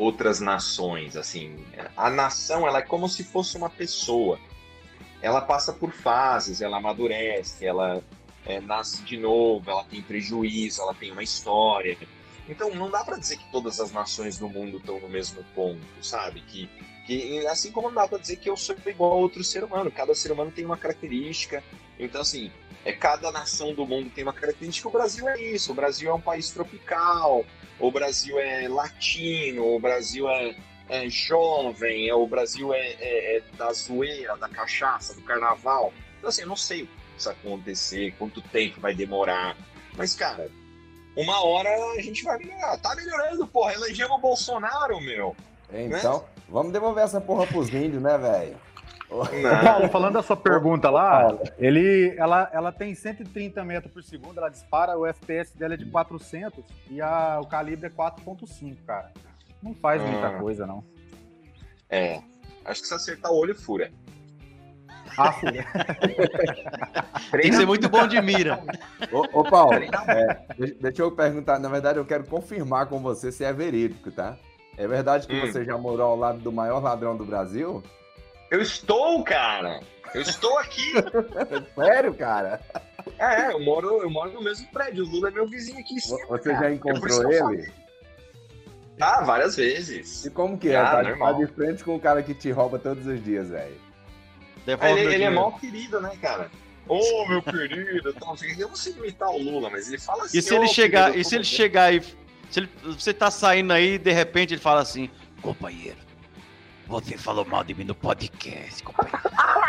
outras nações, assim. A nação, ela é como se fosse uma pessoa. Ela passa por fases, ela amadurece, ela é, nasce de novo, ela tem prejuízo, ela tem uma história. Então, não dá para dizer que todas as nações do mundo estão no mesmo ponto, sabe? Que, que, assim como não dá para dizer que eu sou igual a outro ser humano. Cada ser humano tem uma característica. Então, assim, é, cada nação do mundo tem uma característica. O Brasil é isso. O Brasil é um país tropical. O Brasil é latino. O Brasil é, é jovem. O Brasil é, é, é da zoeira, da cachaça, do carnaval. Então, assim, eu não sei o que vai acontecer, quanto tempo vai demorar. Mas, cara, uma hora a gente vai melhorar. Tá melhorando, porra. Elegemos o Bolsonaro, meu. Então, né? Vamos devolver essa porra pros índios, né, velho? Paulo, falando da sua pergunta lá, ele, ela, ela tem cento e trinta metros por segundo, ela dispara, o F P S dela é de quatrocentos e a, o calibre é quatro ponto cinco, cara. Não faz muita ah. coisa, não. É, acho que se acertar o olho, fura. Ah, fura. Tem que ser muito bom de mira. Ô, ô Paulo, é, deixa eu perguntar, na verdade eu quero confirmar com você se é verídico, tá? É verdade que hum. você já morou ao lado do maior ladrão do Brasil? Eu estou, cara! Eu estou aqui! Sério, cara? É, eu moro, eu moro no mesmo prédio. O Lula é meu vizinho aqui em cima. Você cara. já encontrou é ele? Ah, várias vezes. E como que é? Ah, tá, tá de frente com o cara que te rouba todos os dias, velho. Ele, ele é mal querido, né, cara? Ô, oh, meu querido, então, eu não sei imitar o Lula, mas ele fala assim. E se ele chegar, e se ele chegar e se ele, você tá saindo aí, de repente ele fala assim: companheiro, você falou mal de mim no podcast, companheiro.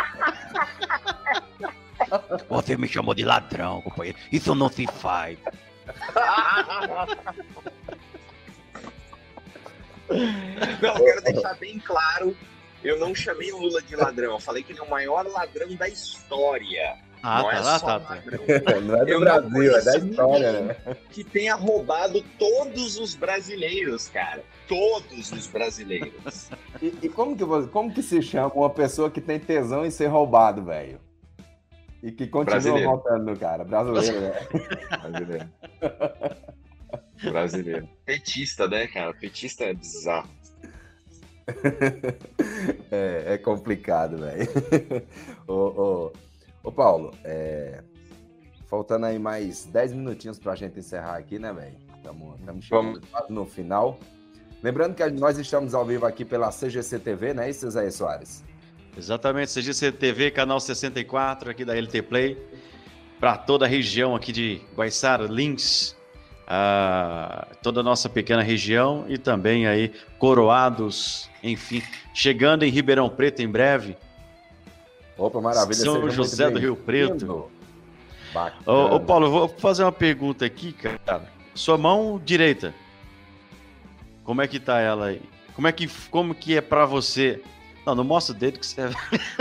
Você me chamou de ladrão, companheiro. Isso não se faz. Não, eu quero deixar bem claro. Eu não chamei o Lula de ladrão. Eu falei que ele é o maior ladrão da história. Ah, não tá, é lá, só tá, ladrão. Não é do eu Brasil, é da história, né? Que tenha roubado todos os brasileiros, cara. Todos os brasileiros. E, e como, que, como que se chama uma pessoa que tem tesão em ser roubado, velho? E que continua Brasileiro. voltando no cara. Brasileiro, né? Brasileiro. Brasileiro. Petista, né, cara? Petista é bizarro. É, é complicado, velho. ô, ô, ô, Paulo, é... faltando aí mais dez minutinhos pra gente encerrar aqui, né, velho? Estamos chegando quase no final. Lembrando que nós estamos ao vivo aqui pela C G C T V, né, isso, Zé Soares? Exatamente, C G C T V, canal sessenta e quatro aqui da L T Play, para toda a região aqui de Guaiçara, Lins, a toda a nossa pequena região e também aí Coroados, enfim, chegando em Ribeirão Preto em breve. Opa, maravilha. São José do Rio Preto. Bacana. Ô, ô Paulo, eu vou fazer uma pergunta aqui, cara. Sua mão direita, como é que tá ela aí? Como é que, como que é pra você? Não, não mostra o dedo que você...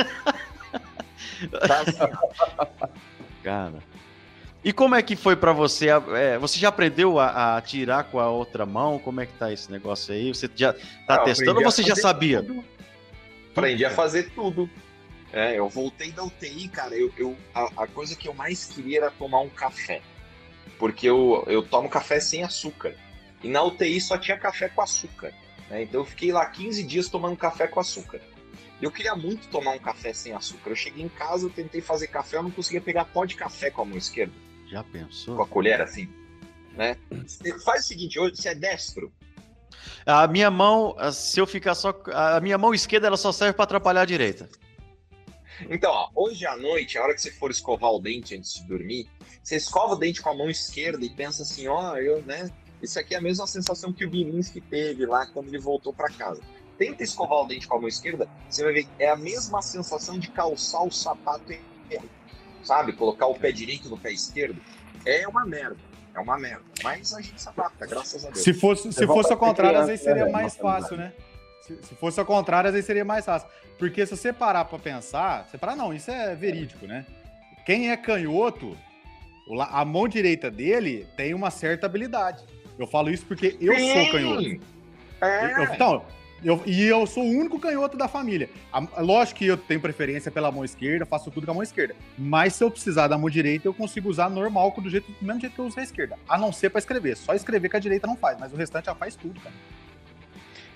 Tá assim. Cara... E como é que foi pra você? É, você já aprendeu a, a atirar com a outra mão? Como é que tá esse negócio aí? Você já tá Não, testando ou você já sabia? Tudo. Aprendi a fazer tudo. É, eu voltei da U T I, cara. Eu, eu, a, a coisa que eu mais queria era tomar um café. Porque eu, eu tomo café sem açúcar. E na U T I só tinha café com açúcar. Né? Então eu fiquei lá quinze dias tomando café com açúcar. Eu queria muito tomar um café sem açúcar. Eu cheguei em casa, eu tentei fazer café, eu não conseguia pegar pó de café com a mão esquerda. Já pensou? Com a colher, assim, né? Faz o seguinte, hoje você é destro. A minha mão, se eu ficar só... A minha mão esquerda, ela só serve para atrapalhar a direita. Então, ó, hoje à noite, a hora que você for escovar o dente antes de dormir, você escova o dente com a mão esquerda e pensa assim, ó, eu, né? Isso aqui é a mesma sensação que o Bilinski teve lá quando ele voltou para casa. Tenta escovar o dente com a mão esquerda, você vai ver que é a mesma sensação de calçar o sapato errado. Sabe? Colocar o pé direito no pé esquerdo. É uma merda. É uma merda. Mas a gente se adapta, graças a Deus. Se fosse, se fosse ao contrário, às vezes seria mais fácil, né? Se, se fosse ao contrário, às vezes seria mais fácil. Porque se você parar pra pensar... Você parar, não, isso é verídico, né? Quem é canhoto, a mão direita dele tem uma certa habilidade. Eu falo isso porque eu Sim. sou canhoto. É. Eu, então... Eu, e eu sou o único canhoto da família. A, lógico que eu tenho preferência pela mão esquerda, faço tudo com a mão esquerda. Mas se eu precisar da mão direita, eu consigo usar normal, do, jeito, do mesmo jeito que eu uso a esquerda. A não ser pra escrever. Só escrever com a direita não faz, mas o restante já faz tudo, cara.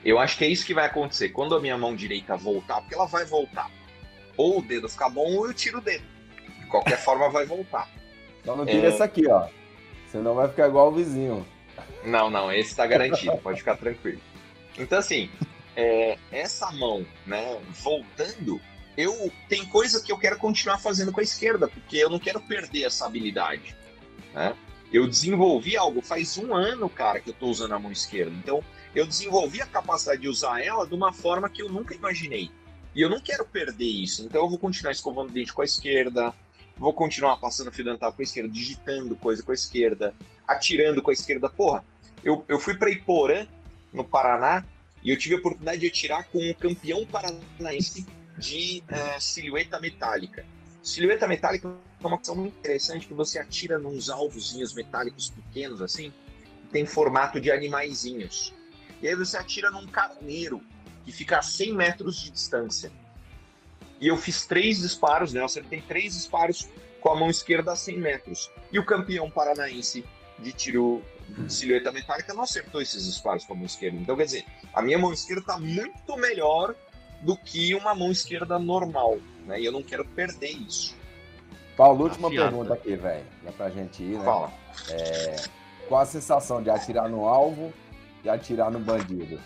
Eu acho que é isso que vai acontecer. Quando a minha mão direita voltar, porque ela vai voltar. Ou o dedo ficar bom, ou eu tiro o dedo. De qualquer forma, vai voltar. Só não tira é... essa aqui, ó. Senão vai ficar igual o vizinho. Não, não, esse tá garantido, pode ficar tranquilo. Então, assim, é, essa mão, né, voltando, eu tem coisa que eu quero continuar fazendo com a esquerda, porque eu não quero perder essa habilidade, né? Eu desenvolvi algo faz um ano, cara, que eu tô usando a mão esquerda. Então, eu desenvolvi a capacidade de usar ela de uma forma que eu nunca imaginei. E eu não quero perder isso. Então, eu vou continuar escovando o dente com a esquerda, vou continuar passando fio dental com a esquerda, digitando coisa com a esquerda, atirando com a esquerda. Porra, eu, eu fui para Iporã, no Paraná, e eu tive a oportunidade de atirar com um campeão paranaense de uh, silhueta metálica. Silhueta metálica é uma ação muito interessante, que você atira nos alvozinhos metálicos pequenos, assim, que tem formato de animaizinhos. E aí você atira num carneiro, que fica a cem metros de distância. E eu fiz três disparos, né? Eu acertei três disparos com a mão esquerda a cem metros. E o campeão paranaense de tiro de silhueta metálica não acertou esses disparos com a mão esquerda. Então, quer dizer, a minha mão esquerda está muito melhor do que uma mão esquerda normal, né? E eu não quero perder isso. Paulo, última Afiada. pergunta aqui, velho. Já pra gente ir, né? Fala. É... Qual a sensação de atirar no alvo e atirar no bandido?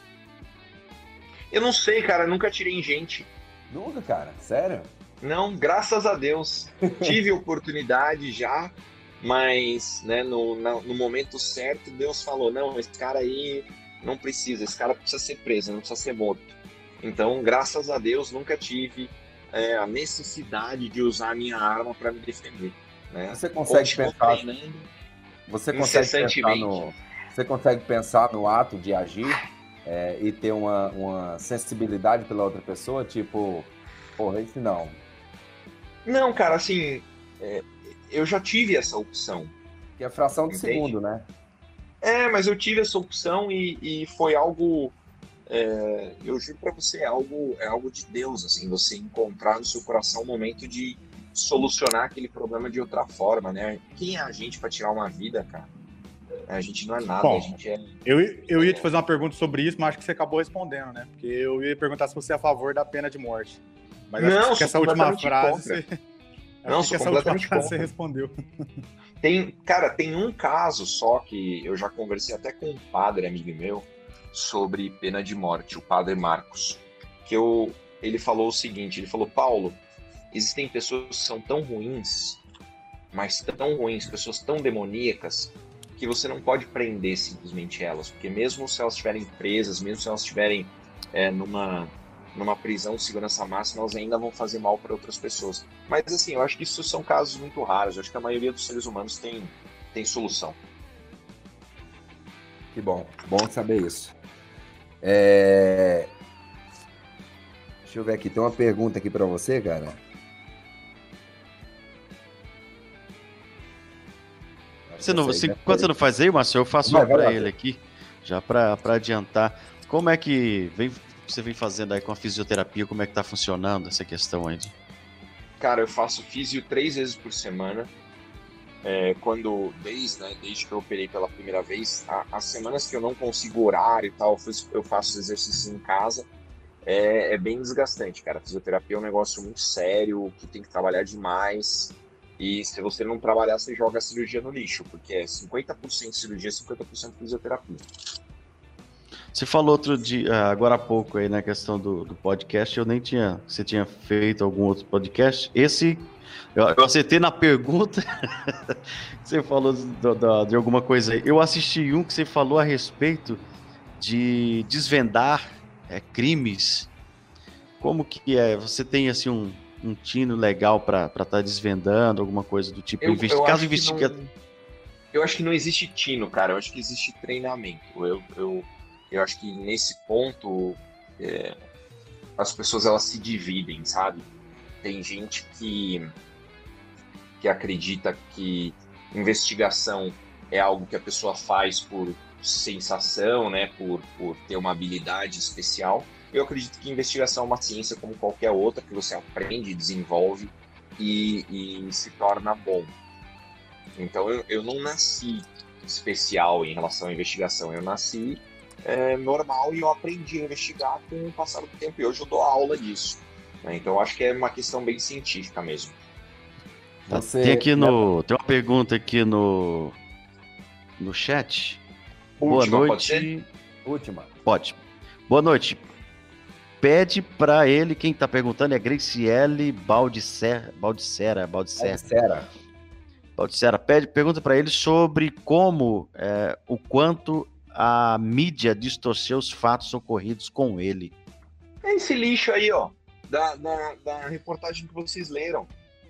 Eu não sei, cara. Eu nunca atirei em gente. Nunca, cara? Sério? Não, graças a Deus. Tive oportunidade já, mas né, no, no momento certo, Deus falou, não, esse cara aí não precisa, esse cara precisa ser preso, não precisa ser morto. Então, graças a Deus, nunca tive é, a necessidade de usar a minha arma para me defender. Né? Você consegue pensar... Você consegue pensar no... Você consegue pensar no ato de agir é, e ter uma, uma sensibilidade pela outra pessoa? Tipo, porra, esse não. Não, cara, assim, é, eu já tive essa opção. Que é fração de Entende? segundo, né? É, mas eu tive essa opção e, e foi algo, é, eu juro pra você, é algo, é algo de Deus, assim, você encontrar no seu coração um momento de solucionar aquele problema de outra forma, né? Quem é a gente pra tirar uma vida, cara? A gente não é nada, Bom, a gente é... Eu, eu ia te fazer uma pergunta sobre isso, mas acho que você acabou respondendo, né? Porque eu ia perguntar se você é a favor da pena de morte. Mas não, acho que essa última frase... Você... Não, acho que essa última frase você respondeu. Tem, cara, tem um caso só que eu já conversei até com um padre amigo meu sobre pena de morte, o padre Marcos, que eu, ele falou o seguinte, ele falou, Paulo, existem pessoas que são tão ruins, mas tão ruins, pessoas tão demoníacas, que você não pode prender simplesmente elas, porque mesmo se elas estiverem presas, mesmo se elas estiverem é, numa, numa prisão de segurança máxima, elas ainda vão fazer mal para outras pessoas. Mas assim, eu acho que isso são casos muito raros, eu acho que a maioria dos seres humanos tem, tem solução. Que bom, bom saber isso. É... Deixa eu ver aqui, tem uma pergunta aqui para você, cara. Você não, você, quando você não faz aí, Márcio, eu faço uma para ele aqui, já para adiantar. Como é que vem, você vem fazendo aí com a fisioterapia, como é que tá funcionando essa questão aí? Cara, eu faço físio três vezes por semana. É, quando, desde, né, desde que eu operei pela primeira vez, a, as semanas que eu não consigo horário e tal, eu faço exercícios em casa, é, é bem desgastante, cara. A fisioterapia é um negócio muito sério, que tem que trabalhar demais. E se você não trabalhar, você joga a cirurgia no lixo, porque é cinquenta por cento cirurgia, cinquenta por cento fisioterapia. Você falou outro dia, agora há pouco aí na questão do, do podcast, eu nem tinha, você tinha feito algum outro podcast. Esse, eu, eu acertei na pergunta, você falou do, do, de alguma coisa aí. Eu assisti um que você falou a respeito de desvendar é, crimes. Como que é? Você tem assim um... um tino legal para estar tá desvendando, alguma coisa do tipo, eu, investi- eu caso investigador. Eu acho que não existe tino, cara, eu acho que existe treinamento. Eu, eu, eu acho que nesse ponto é, as pessoas elas se dividem, sabe? Tem gente que, que acredita que investigação é algo que a pessoa faz por sensação, né? Por, por ter uma habilidade especial. Eu acredito que investigação é uma ciência como qualquer outra, que você aprende, desenvolve e, e se torna bom. Então, eu, eu não nasci especial em relação à investigação. Eu nasci é, normal e eu aprendi a investigar com o passar do tempo. E hoje eu dou aula disso. Né? Então eu acho que é uma questão bem científica mesmo. Tá, Você- tem aqui no. Tem uma pergunta aqui no. No chat. Boa Última, noite. pode ser? Última. Pode. Boa noite. Pede pra ele, quem tá perguntando é Graciele Baldicera, Baldicera, Baldicera, Sincera. Baldicera. Pede, pergunta pra ele sobre como, é, o quanto a mídia distorceu os fatos ocorridos com ele. É esse lixo aí, ó, da, da, da reportagem que vocês leram.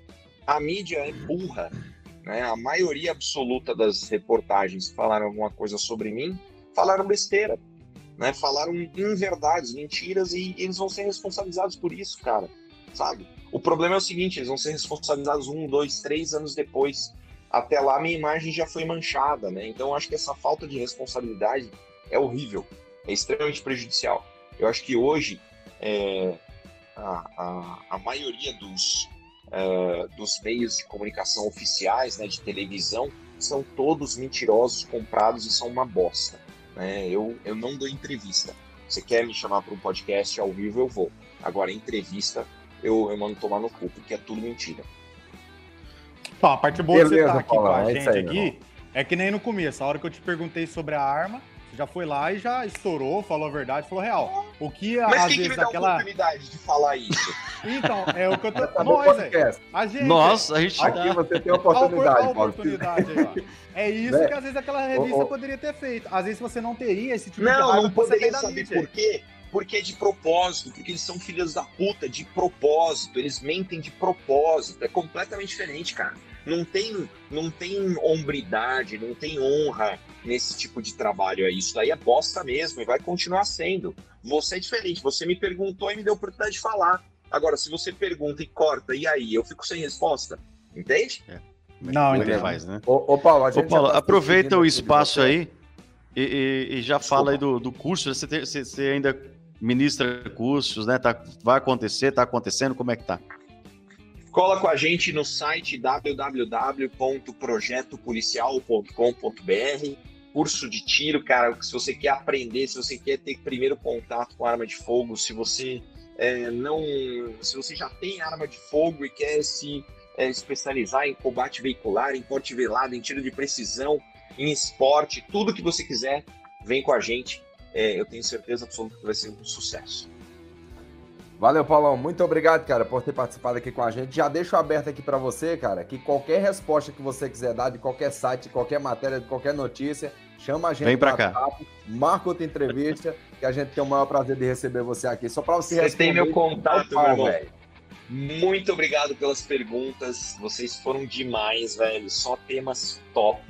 A mídia é burra, né? A maioria absoluta das reportagens que falaram alguma coisa sobre mim, falaram besteira, né? Falaram inverdades, mentiras, e eles vão ser responsabilizados por isso, cara, sabe? O problema é o seguinte, eles vão ser responsabilizados um, dois, três anos depois. Até lá, minha imagem já foi manchada, né? Então, eu acho que essa falta de responsabilidade é horrível, é extremamente prejudicial. Eu acho que hoje, é, a, a, a maioria dos... Uh, dos meios de comunicação oficiais, né, de televisão, são todos mentirosos, comprados e são uma bosta. Né? Eu, eu não dou entrevista. Você quer me chamar para um podcast ao vivo, eu vou. Agora, entrevista, eu, eu mando tomar no cu, porque é tudo mentira. Bom, a parte boa de você Beleza, estar aqui Paulão, com a é gente isso aí, aqui é que nem no começo. A hora que eu te perguntei sobre a arma, você já foi lá e já estourou, falou a verdade, falou real. O que, Mas às quem que vezes, me dá a aquela... oportunidade de falar isso? Então, é o que eu tô... Tá no Nós, velho. podcast. A gente... Nossa, a gente Aqui tá... você tem a A opor- oportunidade, a Paulo. oportunidade aí, ó. É isso Né? que às vezes aquela revista Ô, ô. poderia ter feito. Às vezes você não teria esse tipo de Não, raiva não que você poderia tem da saber mídia. por quê. Porque é de propósito, porque eles são filhos da puta de propósito, eles mentem de propósito, é completamente diferente, cara. Não tem, não tem hombridade, não tem honra nesse tipo de trabalho aí. Isso daí é bosta mesmo e vai continuar sendo. Você é diferente, você me perguntou e me deu a oportunidade de falar. Agora, se você pergunta e corta, e aí? Eu fico sem resposta, entende? Não, Como é que entendo. faz, né? Ô, ô, Paulo, a Ô, gente Paulo, já tá aproveita se o despedindo aqui de espaço você. aí e, e- e já fala aí do, do curso. Você, tem- você- você ainda ministra cursos, né? Tá, vai acontecer, tá acontecendo, como é que tá? Cola com a gente no site w w w ponto projeto policial ponto com ponto b r. Curso de tiro, cara, se você quer aprender, se você quer ter primeiro contato com arma de fogo, se você é, não, se você já tem arma de fogo e quer se é, especializar em combate veicular, em porte velado, em tiro de precisão, em esporte, tudo que você quiser, vem com a gente. É, eu tenho certeza absoluta que vai ser um sucesso. Valeu, Paulão. Muito obrigado, cara, por ter participado aqui com a gente. Já deixo aberto aqui para você, cara, que qualquer resposta que você quiser dar de qualquer site, de qualquer matéria, de qualquer notícia, chama a gente Vem pra no cá. WhatsApp, marca outra entrevista, que a gente tem o maior prazer de receber você aqui. Só para você Você responder. tem meu contato, Pau, meu irmão. velho. Muito obrigado pelas perguntas, vocês foram demais, velho, só temas top.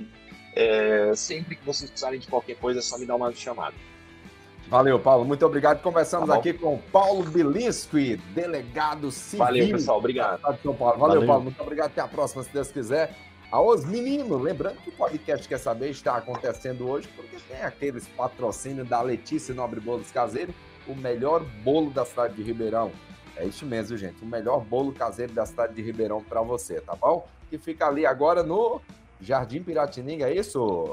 É, sempre que vocês precisarem de qualquer coisa, é só me dar uma chamada. Valeu, Paulo. Muito obrigado. Conversamos Tá bom. aqui com o Paulo Bilinski, delegado civil. Valeu, pessoal, obrigado. do Estado de São Paulo. Valeu, Valeu. Paulo. Muito obrigado. Até a próxima, se Deus quiser. Aos meninos, lembrando que o podcast Quer Saber está acontecendo hoje, porque tem aqueles patrocínios da Letícia Nobre Bolos Caseiro, o melhor bolo da cidade de Ribeirão. É isso mesmo, gente. O melhor bolo caseiro da cidade de Ribeirão para você, tá bom? Que fica ali agora no Jardim Piratininga, é isso?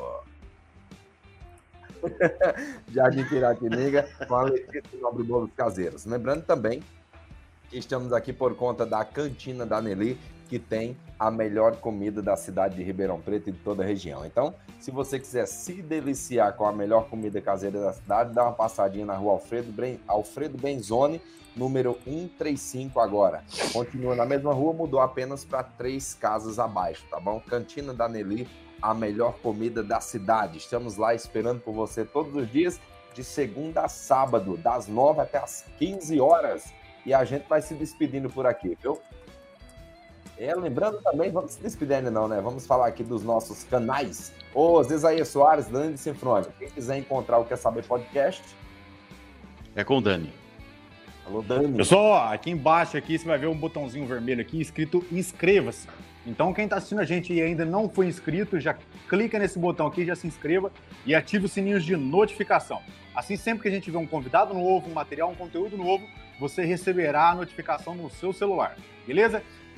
Jardim Piratininga, com a Letícia Nobre Bolos Caseiros. Lembrando também que estamos aqui por conta da Cantina da Nelly, que tem a melhor comida da cidade de Ribeirão Preto e de toda a região. Então, se você quiser se deliciar com a melhor comida caseira da cidade, dá uma passadinha na rua Alfredo, Bren... Alfredo Benzoni, número cento e trinta e cinco agora. Continua na mesma rua, mudou apenas para três casas abaixo, tá bom? Cantina da Nelly, a melhor comida da cidade. Estamos lá esperando por você todos os dias, de segunda a sábado, das nove até as quinze horas. E a gente vai se despedindo por aqui, viu? É, lembrando também, vamos se despedir ainda não, né? Vamos falar aqui dos nossos canais. Ô, Zezaia Soares, Dani Sinfrônio. Quem quiser encontrar o Quer Saber Podcast, É com o Dani. alô, Dani. Pessoal, aqui embaixo aqui você vai ver um botãozinho vermelho aqui escrito inscreva-se. Então quem está assistindo a gente e ainda não foi inscrito, já clica nesse botão aqui, já se inscreva e ative os sininhos de notificação. Assim, sempre que a gente tiver um convidado novo, um material, um conteúdo novo, você receberá a notificação no seu celular, beleza?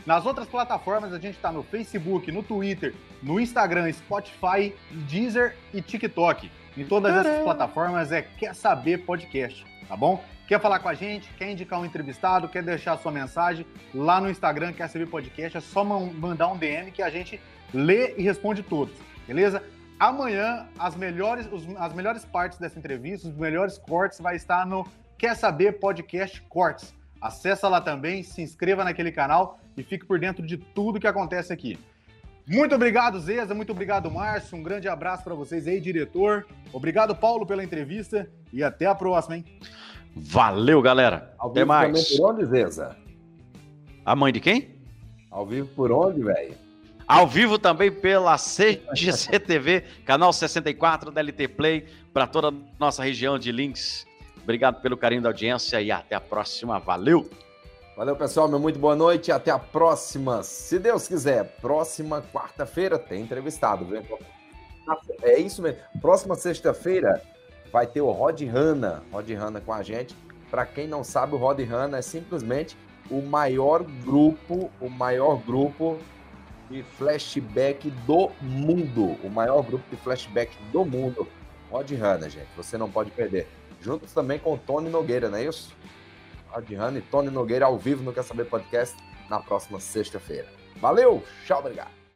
Nas outras plataformas, a gente está no Facebook, no Twitter, no Instagram, Spotify, Deezer e TikTok. Em todas essas plataformas é Quer Saber Podcast, tá bom? Quer falar com a gente, quer indicar um entrevistado, quer deixar sua mensagem lá no Instagram, Quer Saber Podcast, é só mandar um D M que a gente lê e responde todos, beleza? Amanhã, as melhores, os, as melhores partes dessa entrevista, os melhores cortes, vai estar no Quer Saber Podcast Cortes. Acessa lá também, se inscreva naquele canal e fique por dentro de tudo que acontece aqui. Muito obrigado, Zeza, muito obrigado, Márcio, um grande abraço para vocês aí, diretor. Obrigado, Paulo, pela entrevista e até a próxima, hein? Valeu, galera. Ao Até vivo mais. Também por onde, Zeza? A mãe de quem? Ao vivo por onde, velho? Ao vivo também pela C G C T V, canal sessenta e quatro da L T Play, para toda a nossa região de links. Obrigado pelo carinho da audiência e até a próxima. Valeu! Valeu, pessoal. Meu muito boa noite. Até a próxima. Se Deus quiser, próxima quarta-feira tem entrevistado, viu? É isso mesmo. Próxima sexta-feira vai ter o Rod Hanna. Rod Hanna com a gente. Para quem não sabe, o Rod Hanna é simplesmente o maior grupo, o maior grupo de flashback do mundo. O maior grupo de flashback do mundo. Rod Hanna, gente. Você não pode perder. Juntos também com o Tony Nogueira, não é isso? Rod Hanna e Tony Nogueira ao vivo no Quer Saber Podcast na próxima sexta-feira. Valeu, tchau, obrigado.